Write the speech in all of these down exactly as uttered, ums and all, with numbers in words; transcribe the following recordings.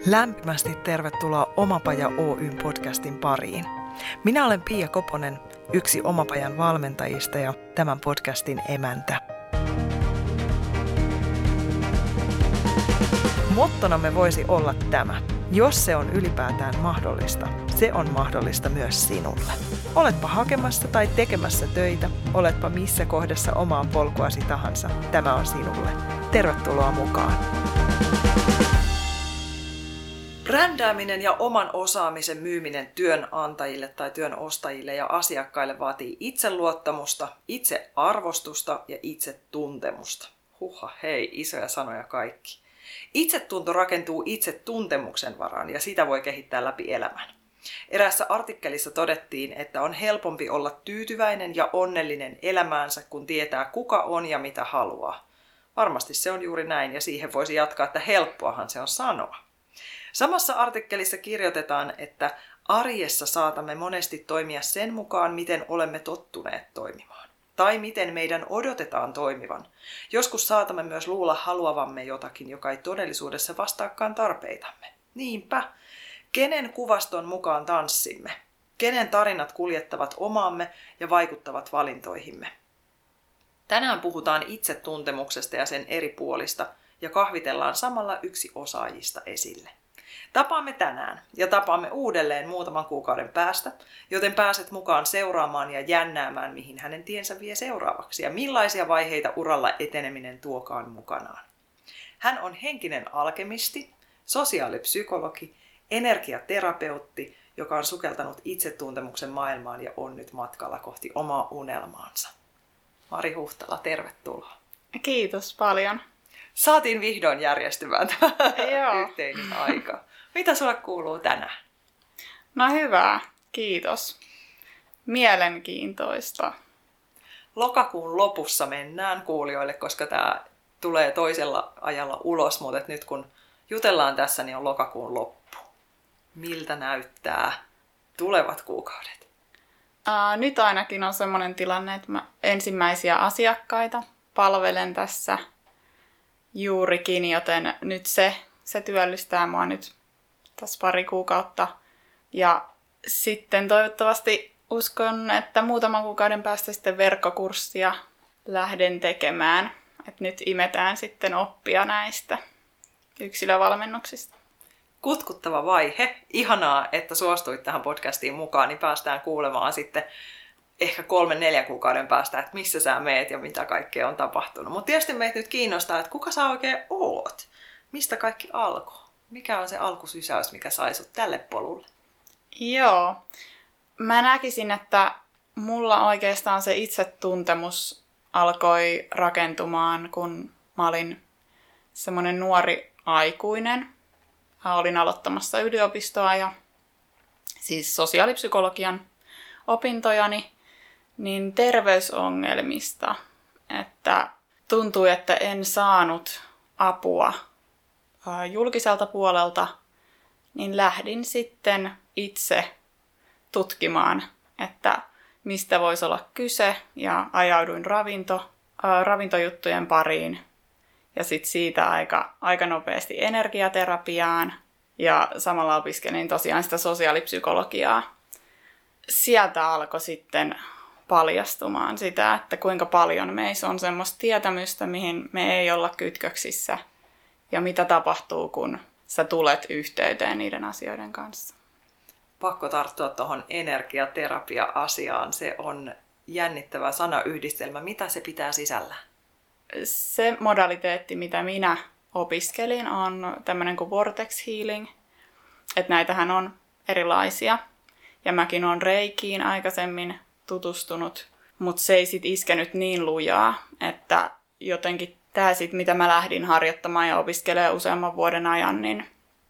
Lämpimästi tervetuloa Omapaja Oyn podcastin pariin. Minä olen Pia Koponen, yksi Omapajan valmentajista ja tämän podcastin emäntä. Mottonamme voisi olla tämä. Jos se on ylipäätään mahdollista, se on mahdollista myös sinulle. Oletpa hakemassa tai tekemässä töitä, oletpa missä kohdassa omaa polkuasi tahansa, tämä on sinulle. Tervetuloa mukaan! Brändääminen ja oman osaamisen myyminen työnantajille tai työnostajille ja asiakkaille vaatii itseluottamusta, itsearvostusta ja itsetuntemusta. Huhha, hei, isoja sanoja kaikki. Itsetunto rakentuu itsetuntemuksen varaan ja sitä voi kehittää läpi elämän. Eräässä artikkelissa todettiin, että on helpompi olla tyytyväinen ja onnellinen elämäänsä, kun tietää kuka on ja mitä haluaa. Varmasti se on juuri näin ja siihen voisi jatkaa, että helppoahan se on sanoa. Samassa artikkelissa kirjoitetaan, että arjessa saatamme monesti toimia sen mukaan, miten olemme tottuneet toimimaan. Tai miten meidän odotetaan toimivan. Joskus saatamme myös luulla haluavamme jotakin, joka ei todellisuudessa vastaakaan tarpeitamme. Niinpä, kenen kuvaston mukaan tanssimme? Kenen tarinat kuljettavat omaamme ja vaikuttavat valintoihimme? Tänään puhutaan itsetuntemuksesta ja sen eri puolista ja kahvitellaan samalla yksi osaajista esille. Tapaamme tänään ja tapaamme uudelleen muutaman kuukauden päästä, joten pääset mukaan seuraamaan ja jännäämään, mihin hänen tiensä vie seuraavaksi ja millaisia vaiheita uralla eteneminen tuokaan mukanaan. Hän on henkinen alkemisti, sosiaalipsykologi, energiaterapeutti, joka on sukeltanut itsetuntemuksen maailmaan ja on nyt matkalla kohti omaa unelmaansa. Mari Huhtala, tervetuloa. Kiitos paljon. Saatiin vihdoin järjestymään tämä Joo. yhteinen aika. Mitä sulle kuuluu tänään? No hyvä, kiitos. Mielenkiintoista. Lokakuun lopussa mennään kuulijoille, koska tämä tulee toisella ajalla ulos, mutta nyt kun jutellaan tässä, niin on lokakuun loppu. Miltä näyttää tulevat kuukaudet? Ää, nyt ainakin on sellainen tilanne, että mä ensimmäisiä asiakkaita palvelen tässä juurikin, joten nyt se, se työllistää mua nyt tässä pari kuukautta. Ja sitten toivottavasti uskon, että muutaman kuukauden päästä sitten verkkokurssia lähden tekemään. Että nyt imetään sitten oppia näistä yksilövalmennuksista. Kutkuttava vaihe. Ihanaa, että suostuit tähän podcastiin mukaan, niin päästään kuulemaan sitten ehkä kolmen, neljän kuukauden päästä, että missä sä meet ja mitä kaikkea on tapahtunut. Mutta tietysti meitä nyt kiinnostaa, että kuka sä oikein oot? Mistä kaikki alkoi? Mikä on se alkusysäys, mikä sai sut tälle polulle? Joo. Mä näkisin, että mulla oikeastaan se itsetuntemus alkoi rakentumaan, kun mä olin semmoinen nuori aikuinen. Mä olin aloittamassa yliopistoa ja siis sosiaalipsykologian opintojani, niin terveysongelmista, että tuntui, että en saanut apua julkiselta puolelta, niin lähdin sitten itse tutkimaan, että mistä voisi olla kyse, ja ajauduin ravinto, äh, ravintojuttujen pariin, ja sitten siitä aika, aika nopeasti energiaterapiaan, ja samalla opiskelin tosiaan sitä sosiaalipsykologiaa. Sieltä alkoi sitten paljastumaan sitä, että kuinka paljon meissä on semmoista tietämystä, mihin me ei olla kytköksissä, ja mitä tapahtuu, kun sä tulet yhteyteen niiden asioiden kanssa. Pakko tarttua tuohon energiaterapia-asiaan. Se on jännittävä sanayhdistelmä. Mitä se pitää sisällään? Se modaliteetti, mitä minä opiskelin, on tämmöinen kuin Vortex Healing. Että näitähän on erilaisia. Ja mäkin olen reikiin aikaisemmin tutustunut, mutta se ei sit iskenyt niin lujaa, että jotenkin tämä sit, mitä mä lähdin harjoittamaan ja opiskelemaan useamman vuoden ajan, niin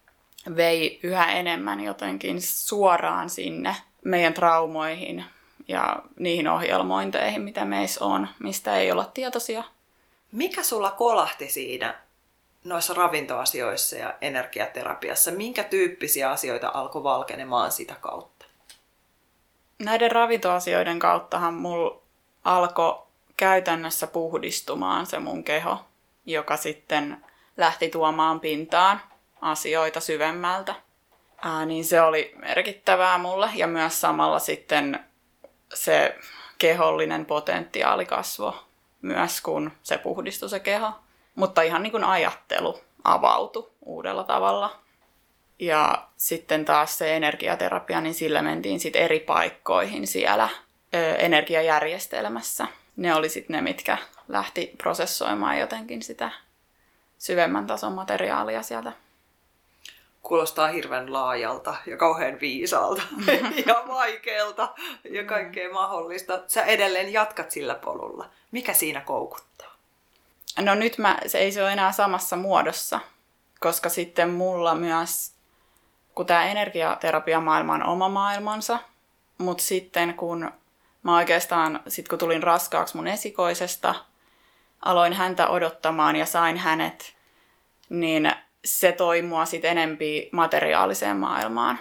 vei yhä enemmän jotenkin suoraan sinne meidän traumoihin ja niihin ohjelmointeihin, mitä meissä on, mistä ei olla tietoisia. Mikä sulla kolahti siinä noissa ravintoasioissa ja energiaterapiassa? Minkä tyyppisiä asioita alkoi valkenemaan sitä kautta? Näiden ravintoasioiden kauttahan mulla alkoi käytännössä puhdistumaan se mun keho, joka sitten lähti tuomaan pintaan asioita syvemmältä. Ää, niin se oli merkittävää mulle ja myös samalla sitten se kehollinen potentiaali kasvoi myös, kun se puhdistui se keho. Mutta ihan niin kuin ajattelu avautui uudella tavalla. Ja sitten taas se energiaterapia, niin sillä mentiin sitten eri paikkoihin siellä ö, energiajärjestelmässä. Ne oli sitten ne, mitkä lähti prosessoimaan jotenkin sitä syvemmän tason materiaalia sieltä. Kuulostaa hirveän laajalta ja kauhean viisaalta ja vaikealta ja kaikkea mahdollista. Sä edelleen jatkat sillä polulla. Mikä siinä koukuttaa? No nyt mä, se ei se ole enää samassa muodossa, koska sitten mulla myös, kun tämä energiaterapiamaailma on oma maailmansa, mutta sitten kun mä oikeastaan, sit kun tulin raskaaksi mun esikoisesta, aloin häntä odottamaan ja sain hänet, niin se toi mua sitten enempi materiaaliseen maailmaan,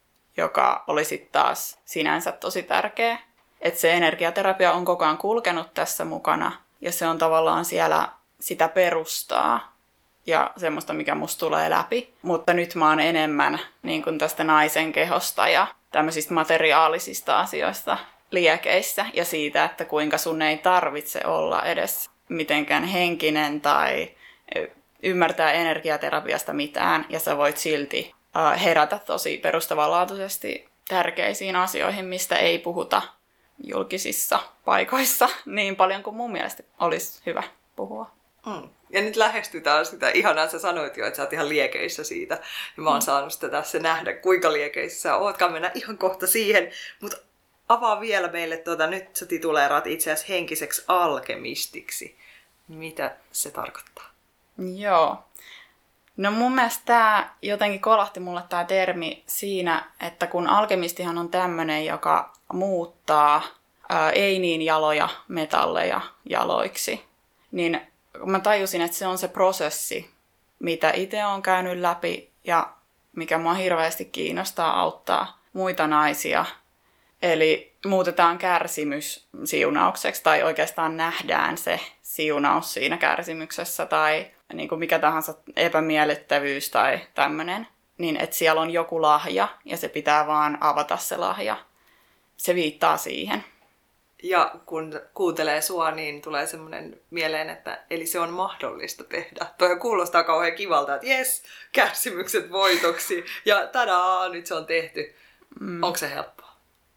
joka oli sitten taas sinänsä tosi tärkeä. Että se energiaterapia on koko ajan kulkenut tässä mukana ja se on tavallaan siellä sitä perustaa ja semmoista, mikä musta tulee läpi. Mutta nyt mä oon enemmän niin kuin tästä naisen kehosta ja tämmöisistä materiaalisista asioista liekeissä ja siitä, että kuinka sun ei tarvitse olla edes mitenkään henkinen tai ymmärtää energiaterapiasta mitään ja sä voit silti herätä tosi perustavanlaatuisesti tärkeisiin asioihin, mistä ei puhuta julkisissa paikoissa niin paljon kuin mun mielestä olisi hyvä puhua. Mm. Ja nyt lähestytään sitä, ihanaa sä sanoit jo, että sä oot ihan liekeissä siitä. Ja mä oon mm. saanut sitä tässä nähdä, kuinka liekeissä sä ootkaan, mennä ihan kohta siihen. Mutta avaa vielä meille, tuota, nyt sä tituleeraat itse asiassa henkiseksi alkemistiksi. Mitä se tarkoittaa? Joo. No mun mielestä tää jotenkin kolahti mulle tää termi siinä, että kun alkemistihan on tämmönen, joka muuttaa ää, ei niin jaloja metalleja jaloiksi, niin mä tajusin, että se on se prosessi, mitä itse olen käynyt läpi ja mikä mua hirveästi kiinnostaa auttaa muita naisia. Eli muutetaan kärsimys siunaukseksi tai oikeastaan nähdään se siunaus siinä kärsimyksessä tai niin kuin mikä tahansa epämiellyttävyys tai tämmöinen. Niin että siellä on joku lahja ja se pitää vaan avata se lahja. Se viittaa siihen. Ja kun kuuntelee sua, niin tulee semmoinen mieleen, että eli se on mahdollista tehdä. Toi kuulostaa kauhean kivalta, että jes, kärsimykset voitoksi ja tadaa, nyt se on tehty. Mm. Onko se helppoa?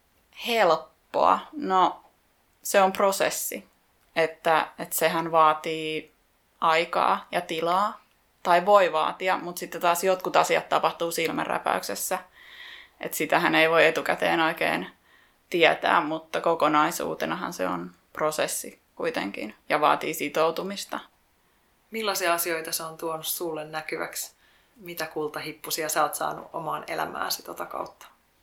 Helppoa? No, se on prosessi. Että, että sehän vaatii aikaa ja tilaa. Tai voi vaatia, mutta sitten taas jotkut asiat tapahtuu silmänräpäyksessä. Että sitähän ei voi etukäteen oikein tietää, mutta kokonaisuutenahan se on prosessi kuitenkin ja vaatii sitoutumista. Millaisia asioita se on tuonut sulle näkyväksi? Mitä kultahippusia sä oot saanut omaan elämääsi tota kautta?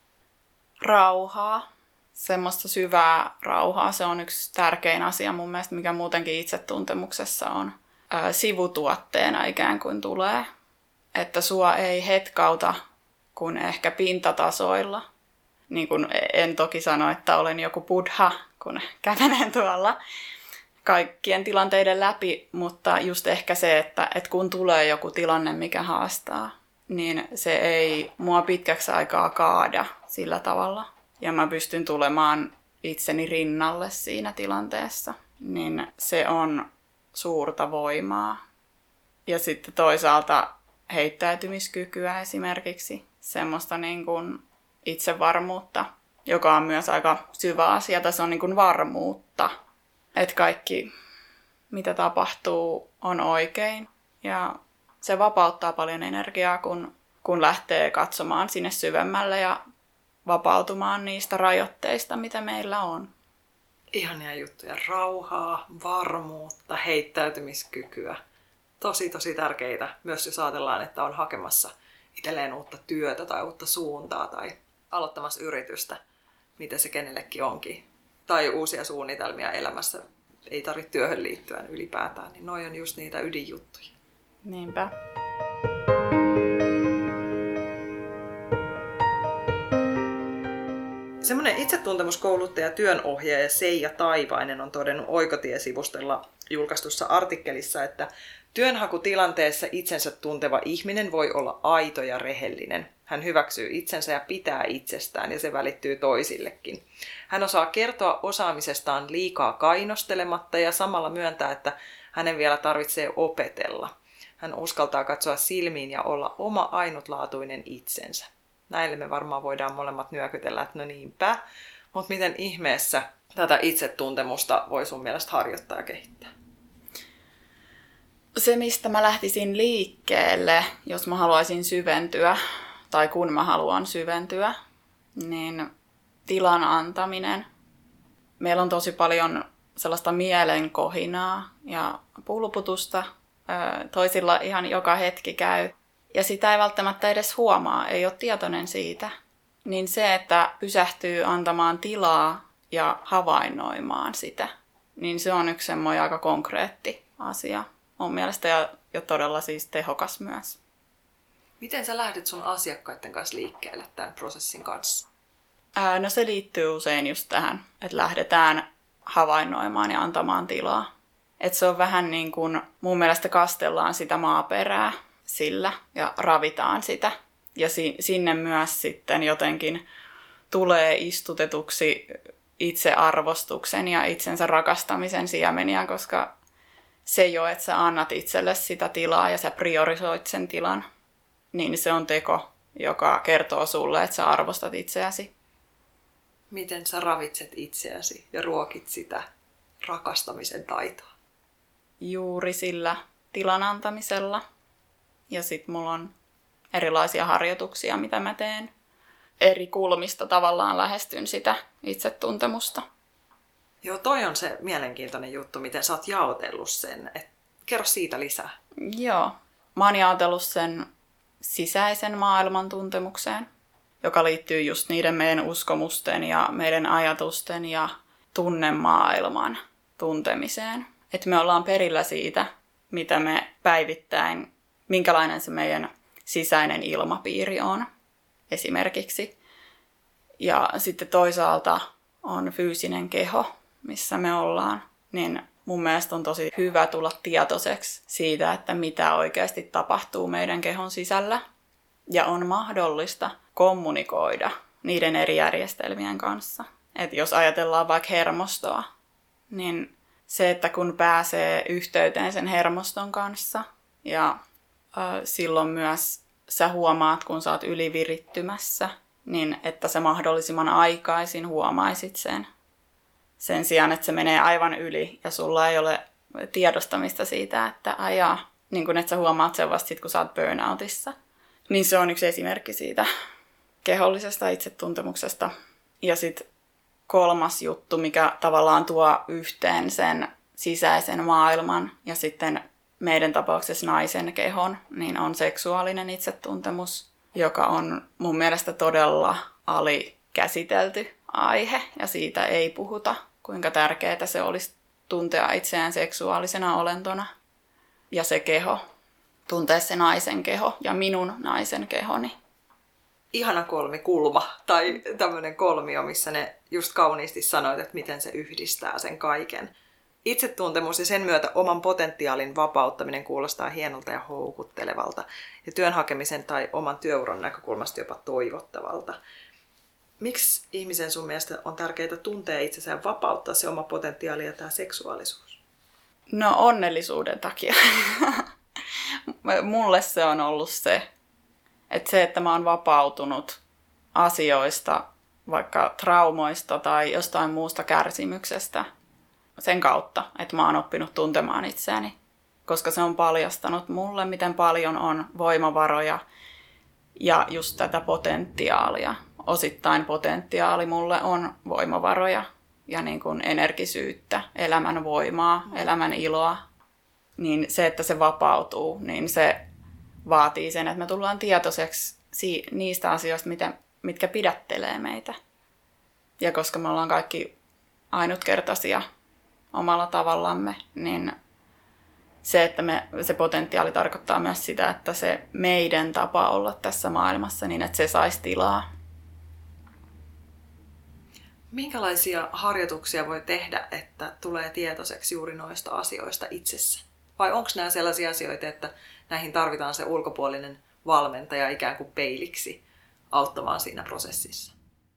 Rauhaa. Semmoista syvää rauhaa. Se on yksi tärkein asia mun mielestä, mikä muutenkin itsetuntemuksessa on ää, sivutuotteena ikään kuin tulee. Että sua ei hetkauta kuin ehkä pintatasoilla. Niin kuin en toki sano, että olen joku buddha, kun kävelen tuolla kaikkien tilanteiden läpi, mutta just ehkä se, että, että kun tulee joku tilanne, mikä haastaa, niin se ei mua pitkäksi aikaa kaada sillä tavalla. Ja mä pystyn tulemaan itseni rinnalle siinä tilanteessa. Niin se on suurta voimaa. Ja sitten toisaalta heittäytymiskykyä esimerkiksi. Semmoista niin kuin itsevarmuutta, joka on myös aika syvä asia. Tässä on niin kuin varmuutta, että kaikki, mitä tapahtuu, on oikein. Ja se vapauttaa paljon energiaa, kun, kun lähtee katsomaan sinne syvemmälle ja vapautumaan niistä rajoitteista, mitä meillä on. Ihania juttuja. Rauhaa, varmuutta, heittäytymiskykyä. Tosi, tosi tärkeitä. Myös jos ajatellaan, että on hakemassa itselleen uutta työtä tai uutta suuntaa tai aloittamassa yritystä, mitä se kenellekin onkin. Tai uusia suunnitelmia elämässä. Ei tarvitse työhön liittyen ylipäätään. Niin noi on just niitä ydinjuttuja. Niinpä. Semmoinen itsetuntemuskouluttaja, työnohjaaja Seija Taivainen on todennut Oikotie-sivustolla julkaistussa artikkelissa, että Työnhakutilanteessa itsensä tunteva ihminen voi olla aito ja rehellinen. Hän hyväksyy itsensä ja pitää itsestään ja se välittyy toisillekin. Hän osaa kertoa osaamisestaan liikaa kainostelematta ja samalla myöntää, että hänen vielä tarvitsee opetella. Hän uskaltaa katsoa silmiin ja olla oma ainutlaatuinen itsensä. Näille me varmaan voidaan molemmat nyökytellä, että no niinpä. Mutta miten ihmeessä tätä itsetuntemusta voi sun mielestä harjoittaa ja kehittää? Se, mistä mä lähtisin liikkeelle, jos mä haluaisin syventyä, tai kun mä haluan syventyä, niin tilan antaminen. Meillä on tosi paljon sellaista mielenkohinaa ja pulputusta. Toisilla ihan joka hetki käy. Ja sitä ei välttämättä edes huomaa, ei ole tietoinen siitä. Niin se, että pysähtyy antamaan tilaa ja havainnoimaan sitä, niin se on yksi semmoinen aika konkreetti asia mun mielestä ja, ja todella siis tehokas myös. Miten sä lähdet sun asiakkaiden kanssa liikkeelle tämän prosessin kanssa? Ää, no se liittyy usein just tähän, että lähdetään havainnoimaan ja antamaan tilaa. Että se on vähän niin kuin, mun mielestä kastellaan sitä maaperää sillä ja ravitaan sitä. Ja si- sinne myös sitten jotenkin tulee istutetuksi itsearvostuksen ja itsensä rakastamisen siemeniä, koska se jo, että sä annat itselle sitä tilaa ja sä priorisoit sen tilan, niin se on teko, joka kertoo sulle, että sä arvostat itseäsi. Miten sä ravitset itseäsi ja ruokit sitä rakastamisen taitoa? Juuri sillä tilan antamisella. Ja sit mulla on erilaisia harjoituksia, mitä mä teen. Eri kulmista tavallaan lähestyn sitä itsetuntemusta. Joo, toi on se mielenkiintoinen juttu, miten sä oot jaotellut sen. Et kerro siitä lisää. Joo. Mä oon jaotellut sen sisäisen maailman tuntemukseen, joka liittyy just niiden meidän uskomusten ja meidän ajatusten ja tunnemaailman tuntemiseen. Että me ollaan perillä siitä, mitä me päivittäin, minkälainen se meidän sisäinen ilmapiiri on esimerkiksi. Ja sitten toisaalta on fyysinen keho, missä me ollaan. Niin mun mielestä on tosi hyvä tulla tietoiseksi siitä, että mitä oikeasti tapahtuu meidän kehon sisällä. Ja on mahdollista kommunikoida niiden eri järjestelmien kanssa. Et jos ajatellaan vaikka hermostoa, niin se, että kun pääsee yhteyteen sen hermoston kanssa ja äh, silloin myös sä huomaat, kun sä oot ylivirittymässä, niin että sä mahdollisimman aikaisin huomaisit sen. Sen sijaan, että se menee aivan yli ja sulla ei ole tiedostamista siitä, että ajaa, niin kun että sä huomaat sen vasta sit, kun sä oot burnoutissa. Niin se on yksi esimerkki siitä kehollisesta itsetuntemuksesta. Ja sitten kolmas juttu, mikä tavallaan tuo yhteen sen sisäisen maailman ja sitten meidän tapauksessa naisen kehon, niin on seksuaalinen itsetuntemus, joka on mun mielestä todella alikäsitelty aihe ja siitä ei puhuta, kuinka tärkeää se olisi tuntea itseään seksuaalisena olentona. Ja se keho, tuntea se naisen keho ja minun naisen kehoni. Ihana kolmikulma tai tämmöinen kolmio, missä ne just kauniisti sanoit, että miten se yhdistää sen kaiken. Itsetuntemus ja sen myötä oman potentiaalin vapauttaminen kuulostaa hienolta ja houkuttelevalta ja työn hakemisen tai oman työuran näkökulmasta jopa toivottavalta. Miksi ihmisen sun mielestä on tärkeää tuntea itsensä ja vapauttaa se oma potentiaali ja tämä seksuaalisuus? No onnellisuuden takia. Mulle se on ollut se, että se, että mä oon vapautunut asioista, vaikka traumoista tai jostain muusta kärsimyksestä sen kautta, että mä oon oppinut tuntemaan itseäni. Koska se on paljastanut mulle, miten paljon on voimavaroja ja just tätä potentiaalia. Osittain potentiaali mulle on voimavaroja ja niin kuin energisyyttä, elämän voimaa, elämän iloa. Niin se, että se vapautuu, niin se vaatii sen, että me tullaan tietoiseksi niistä asioista, mitkä pidättelee meitä. Ja koska me ollaan kaikki ainutkertaisia omalla tavallamme, niin se, että me, se potentiaali tarkoittaa myös sitä, että se meidän tapa olla tässä maailmassa, niin että se saisi tilaa. Minkälaisia harjoituksia voi tehdä, että tulee tietoiseksi juuri noista asioista itsessä? Vai onko nämä sellaisia asioita, että näihin tarvitaan se ulkopuolinen valmentaja ikään kuin peiliksi auttamaan siinä prosessissa?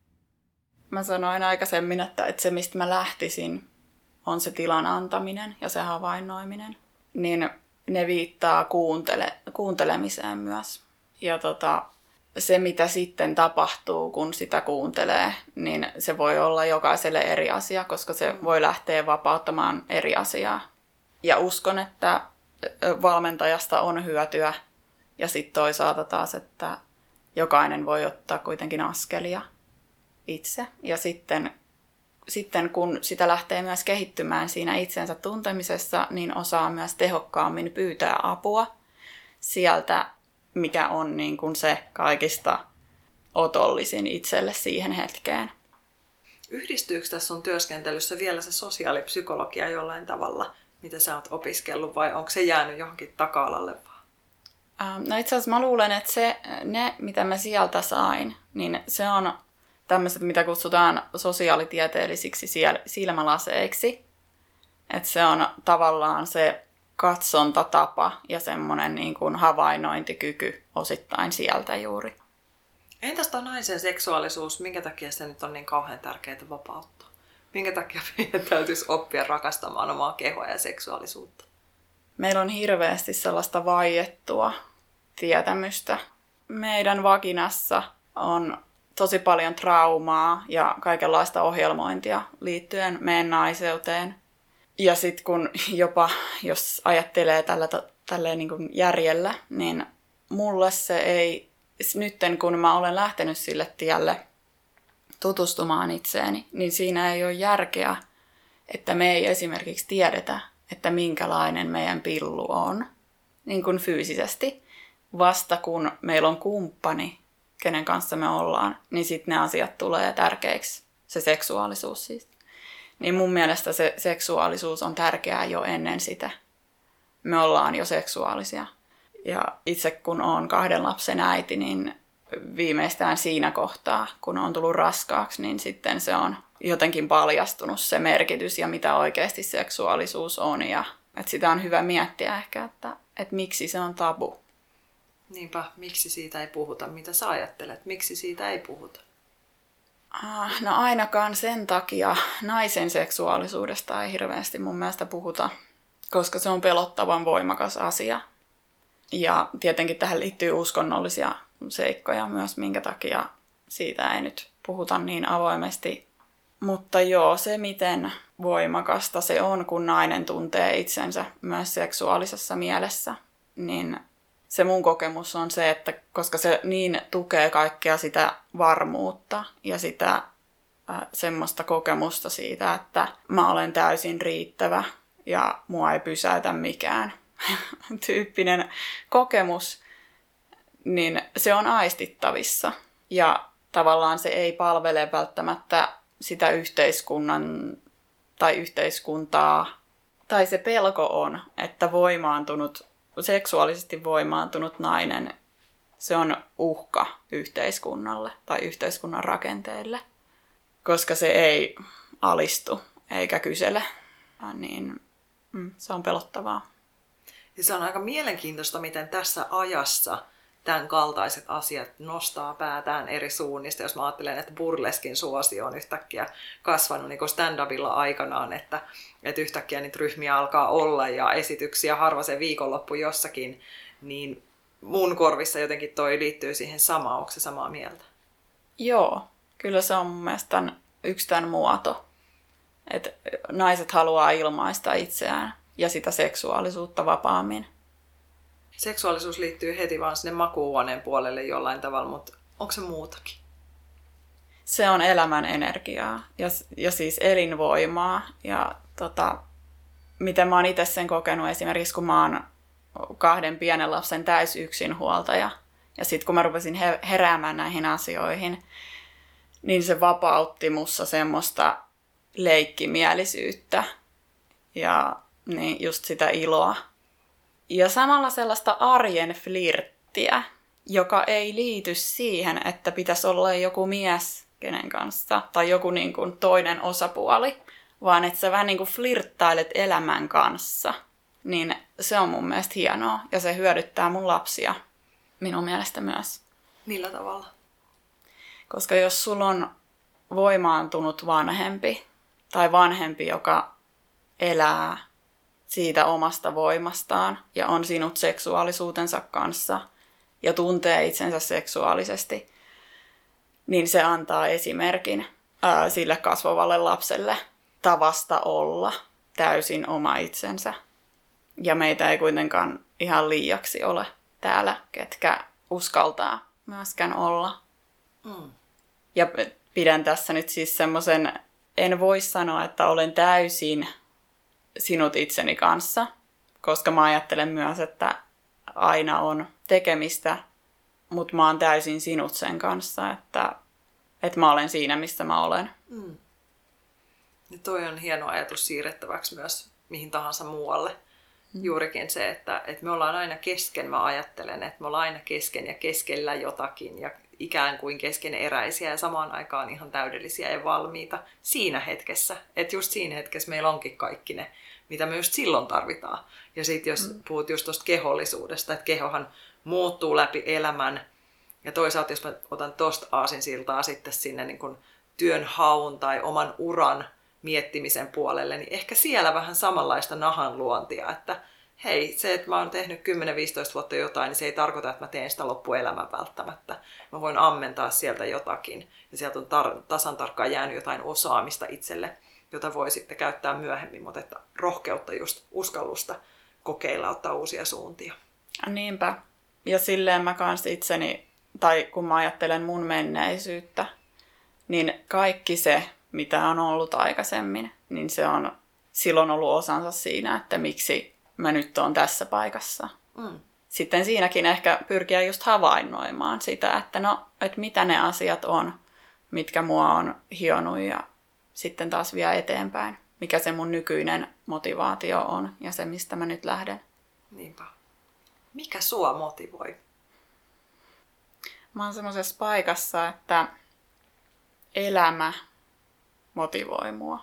Mä sanoin aikaisemmin, että, että se mistä mä lähtisin on se tilan antaminen ja se havainnoiminen. Niin ne viittaa kuuntele, kuuntelemiseen myös. Ja tota, se mitä sitten tapahtuu, kun sitä kuuntelee, niin se voi olla jokaiselle eri asia, koska se voi lähteä vapauttamaan eri asiaa. Ja uskon, että valmentajasta on hyötyä ja sitten toisaalta taas, että jokainen voi ottaa kuitenkin askelia itse. Ja sitten, sitten kun sitä lähtee myös kehittymään siinä itsensä tuntemisessa, niin osaa myös tehokkaammin pyytää apua sieltä, mikä on niin kuin se kaikista otollisin itselle siihen hetkeen. Yhdistyykö tässä sun työskentelyssä vielä se sosiaalipsykologia jollain tavalla, mitä sä oot opiskellut, vai onko se jäänyt johonkin taka-alalle vaan? No itse asiassa mä luulen, että se, ne, mitä mä sieltä sain, niin se on tämmöiset, mitä kutsutaan sosiaalitieteellisiksi silmälaseiksi. Että se on tavallaan se katsontatapa ja semmoinen niin kuin havainnointikyky osittain sieltä juuri. Entäs tuo naisen seksuaalisuus, minkä takia se nyt on niin kauhean tärkeää vapauttaa? Minkä takia meidän täytyisi oppia rakastamaan omaa kehoa ja seksuaalisuutta? Meillä on hirveästi sellaista vaiettua tietämystä. Meidän vaginassa on tosi paljon traumaa ja kaikenlaista ohjelmointia liittyen meidän naiseuteen. Ja sitten kun jopa, jos ajattelee tällä, tälleen niin kuin järjellä, niin mulle se ei, nytten kun mä olen lähtenyt sille tielle tutustumaan itseeni, niin siinä ei ole järkeä, että me ei esimerkiksi tiedetä, että minkälainen meidän pillu on, niin kuin fyysisesti. Vasta kun meillä on kumppani, kenen kanssa me ollaan, niin sitten ne asiat tulee tärkeiksi, se seksuaalisuus siis. Niin mun mielestä se seksuaalisuus on tärkeää jo ennen sitä. Me ollaan jo seksuaalisia. Ja itse kun oon kahden lapsen äiti, niin viimeistään siinä kohtaa, kun on tullut raskaaksi, niin sitten se on jotenkin paljastunut se merkitys ja mitä oikeasti seksuaalisuus on. Ja että sitä on hyvä miettiä ehkä, että, että miksi se on tabu. Niinpä, miksi siitä ei puhuta? Mitä sä ajattelet? Miksi siitä ei puhuta? No ainakaan sen takia naisen seksuaalisuudesta ei hirveästi mun mielestä puhuta, koska se on pelottavan voimakas asia. Ja tietenkin tähän liittyy uskonnollisia seikkoja myös, minkä takia siitä ei nyt puhuta niin avoimesti. Mutta joo, se miten voimakasta se on, kun nainen tuntee itsensä myös seksuaalisessa mielessä, niin se mun kokemus on se, että koska se niin tukee kaikkea sitä varmuutta ja sitä äh, semmoista kokemusta siitä, että mä olen täysin riittävä ja mua ei pysäytä mikään tyyppinen kokemus, niin se on aistittavissa. Ja tavallaan se ei palvele välttämättä sitä yhteiskunnan tai yhteiskuntaa, tai se pelko on, että voimaantunut seksuaalisesti voimaantunut nainen, se on uhka yhteiskunnalle tai yhteiskunnan rakenteille, koska se ei alistu eikä kysele, niin mm, se on pelottavaa. Ja se on aika mielenkiintoista, miten tässä ajassa tämän kaltaiset asiat nostaa päätään eri suunnista. Jos mä ajattelen, että burleskin suosio on yhtäkkiä kasvanut niin kuin stand-upilla aikanaan, että, että yhtäkkiä niitä ryhmiä alkaa olla ja esityksiä harva se viikonloppu jossakin, niin mun korvissa jotenkin toi liittyy siihen samaan. Onko se samaa mieltä? Joo, kyllä se on mun mielestä tämän, yksi tämän muoto. Että naiset haluaa ilmaista itseään ja sitä seksuaalisuutta vapaammin. Seksuaalisuus liittyy heti vaan sinne makuuhuoneen puolelle jollain tavalla, mutta onko se muutakin? Se on elämän energiaa ja, ja siis elinvoimaa. Ja tota, miten mä oon itse sen kokenut esimerkiksi, kun mä oon kahden pienen lapsen täysyksinhuoltaja. Ja sitten kun mä rupesin heräämään näihin asioihin, niin se vapautti mussa semmoista leikkimielisyyttä ja niin just sitä iloa. Ja samalla sellaista arjen flirttiä, joka ei liity siihen, että pitäisi olla joku mies kenen kanssa tai joku niin kuin toinen osapuoli, vaan että sä vähän niin kuin flirttailet elämän kanssa. niin se on mun mielestä hienoa ja se hyödyttää mun lapsia minun mielestä myös. Millä tavalla? Koska jos sulla on voimaantunut vanhempi tai vanhempi, joka elää siitä omasta voimastaan ja on sinut seksuaalisuutensa kanssa ja tuntee itsensä seksuaalisesti, niin se antaa esimerkin ää, sille kasvavalle lapselle tavasta olla täysin oma itsensä. Ja meitä ei kuitenkaan ihan liiaksi ole täällä, ketkä uskaltaa myöskään olla. Mm. Ja pidän tässä nyt siis semmoisen, en voi sanoa, että olen täysin sinut itseni kanssa, koska mä ajattelen myös, että aina on tekemistä, mutta mä oon täysin sinut sen kanssa, että, että mä olen siinä, missä mä olen. Mm. Ja toi on hieno ajatus siirrettäväksi myös mihin tahansa muualle. Mm. Juurikin se, että, että me ollaan aina kesken, mä ajattelen, että me ollaan aina kesken ja keskellä jotakin ja ikään kuin keskeneräisiä ja samaan aikaan ihan täydellisiä ja valmiita siinä hetkessä. Että just siinä hetkessä meillä onkin kaikki ne, mitä me just silloin tarvitaan. Ja sitten jos mm. puhut just tuosta kehollisuudesta, että kehohan muuttuu läpi elämän. Ja toisaalta jos mä otan tosta aasinsiltaa sitten sinne niin kuin työn haun tai oman uran miettimisen puolelle, niin ehkä siellä vähän samanlaista nahan luontia, että hei, se, että mä oon tehnyt kymmenen viisitoista vuotta jotain, niin se ei tarkoita, että mä teen sitä loppuelämän välttämättä. Mä voin ammentaa sieltä jotakin, ja sieltä on tar- tasan tarkkaan jäänyt jotain osaamista itselle, jota voi sitten käyttää myöhemmin, mutta että rohkeutta just, uskallusta kokeilla, ottaa uusia suuntia. Niinpä. Ja silleen mä kanssa itseni, tai kun mä ajattelen mun menneisyyttä, niin kaikki se, mitä on ollut aikaisemmin, niin se on silloin ollut osansa siinä, että miksi mä nyt oon tässä paikassa. Mm. Sitten siinäkin ehkä pyrkiä just havainnoimaan sitä, että no, että mitä ne asiat on, mitkä mua on hionut ja sitten taas vie eteenpäin. Mikä se mun nykyinen motivaatio on ja se, mistä mä nyt lähden. Niinpä. Mikä sua motivoi? Mä oon semmoisessa paikassa, että elämä motivoi mua.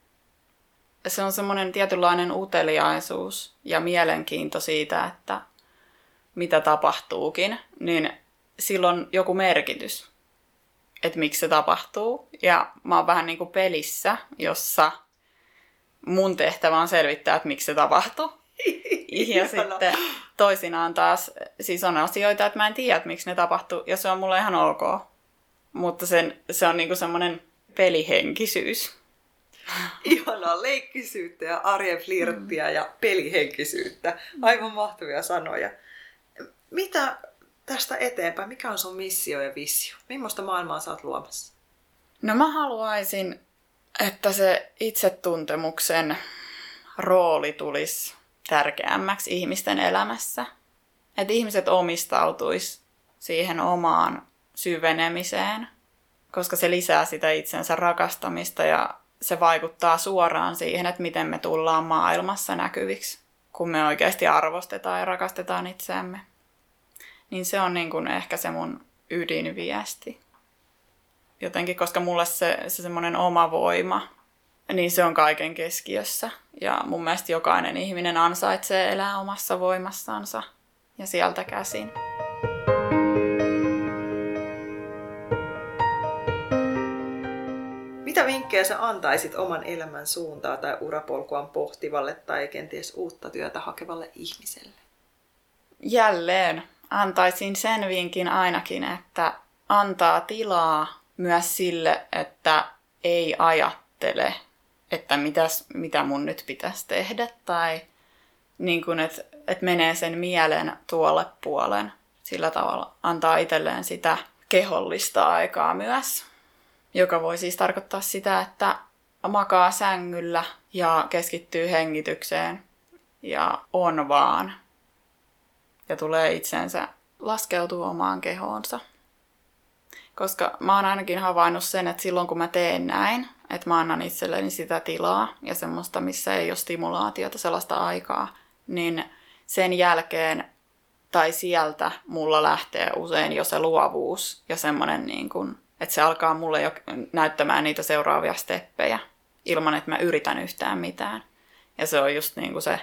Se on semmoinen tietynlainen uteliaisuus ja mielenkiinto siitä, että mitä tapahtuukin, niin sillä on joku merkitys, että miksi se tapahtuu. Ja mä oon vähän niin kuin pelissä, jossa mun tehtävä on selvittää, että miksi se tapahtuu. Ja sitten toisinaan taas siis on asioita, että mä en tiedä, että miksi ne tapahtuu, ja se on mulle ihan ok. Mutta sen, se on niinku semmoinen pelihenkisyys. Ihanaa leikkisyyttä ja arjen flirttiä mm. ja pelihenkisyyttä. Aivan mahtavia sanoja. Mitä tästä eteenpäin? Mikä on sun missio ja visio? Millaista maailmaa sä oot luomassa? No mä haluaisin, että se itsetuntemuksen rooli tulisi tärkeämmäksi ihmisten elämässä. Että ihmiset omistautuisi siihen omaan syvenemiseen, koska se lisää sitä itsensä rakastamista ja se vaikuttaa suoraan siihen, että miten me tullaan maailmassa näkyviksi, kun me oikeasti arvostetaan ja rakastetaan itseämme. Niin se on niin kuin ehkä se mun ydinviesti. Jotenkin, koska mulle se, se semmoinen oma voima, niin se on kaiken keskiössä. Ja mun mielestä jokainen ihminen ansaitsee elää omassa voimassansa ja sieltä käsin. Mitä vinkkejä sä antaisit oman elämän suuntaa tai urapolkuaan pohtivalle tai kenties uutta työtä hakevalle ihmiselle? Jälleen antaisin sen vinkin ainakin, että antaa tilaa myös sille, että ei ajattele, että mitäs, mitä mun nyt pitäisi tehdä tai niin kuin, että, että menee sen mielen tuolle puolen. Sillä tavalla antaa itselleen sitä kehollista aikaa myös, joka voi siis tarkoittaa sitä, että makaa sängyllä ja keskittyy hengitykseen ja on vaan. Ja tulee itsensä laskeutuu omaan kehoonsa. Koska mä oon ainakin havainnut sen, että silloin kun mä teen näin, että mä annan itselleni sitä tilaa ja semmoista, missä ei ole stimulaatiota, sellaista aikaa, niin sen jälkeen tai sieltä mulla lähtee usein jo se luovuus ja semmoinen, niin kuin, että se alkaa mulle jo näyttämään niitä seuraavia steppejä ilman, että mä yritän yhtään mitään. Ja se on just niin kuin se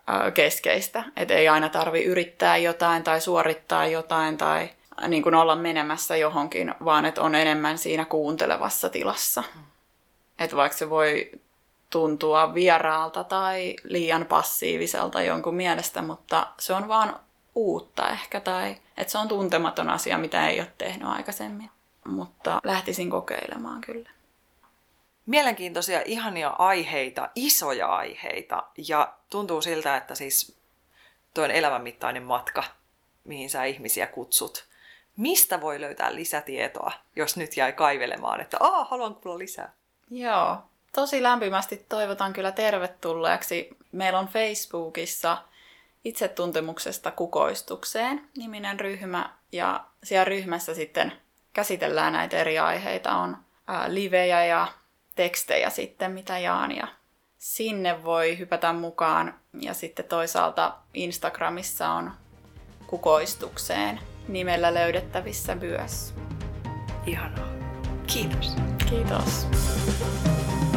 keskeistä. Että ei aina tarvi yrittää jotain tai suorittaa jotain tai niin kuin olla menemässä johonkin, vaan että on enemmän siinä kuuntelevassa tilassa. Että vaikka se voi tuntua vieraalta tai liian passiiviselta jonkun mielestä, mutta se on vaan uutta ehkä tai että se on tuntematon asia, mitä ei ole tehnyt aikaisemmin. Mutta lähtisin kokeilemaan kyllä. Mielenkiintoisia, ihania aiheita, isoja aiheita ja tuntuu siltä, että siis tuo on elämänmittainen matka, mihin sä ihmisiä kutsut. Mistä voi löytää lisätietoa, jos nyt jäi kaivelemaan, että aah, haluan kuulla lisää? Joo, tosi lämpimästi toivotan kyllä tervetulleeksi. Meillä on Facebookissa Itsetuntemuksesta kukoistukseen niminen ryhmä ja siellä ryhmässä sitten käsitellään näitä eri aiheita. On ää, livejä ja tekstejä sitten, mitä jaan ja sinne voi hypätä mukaan. Ja sitten toisaalta Instagramissa on kukoistukseen nimellä löydettävissä myös. Ihanaa. Kiitos. Kiitos.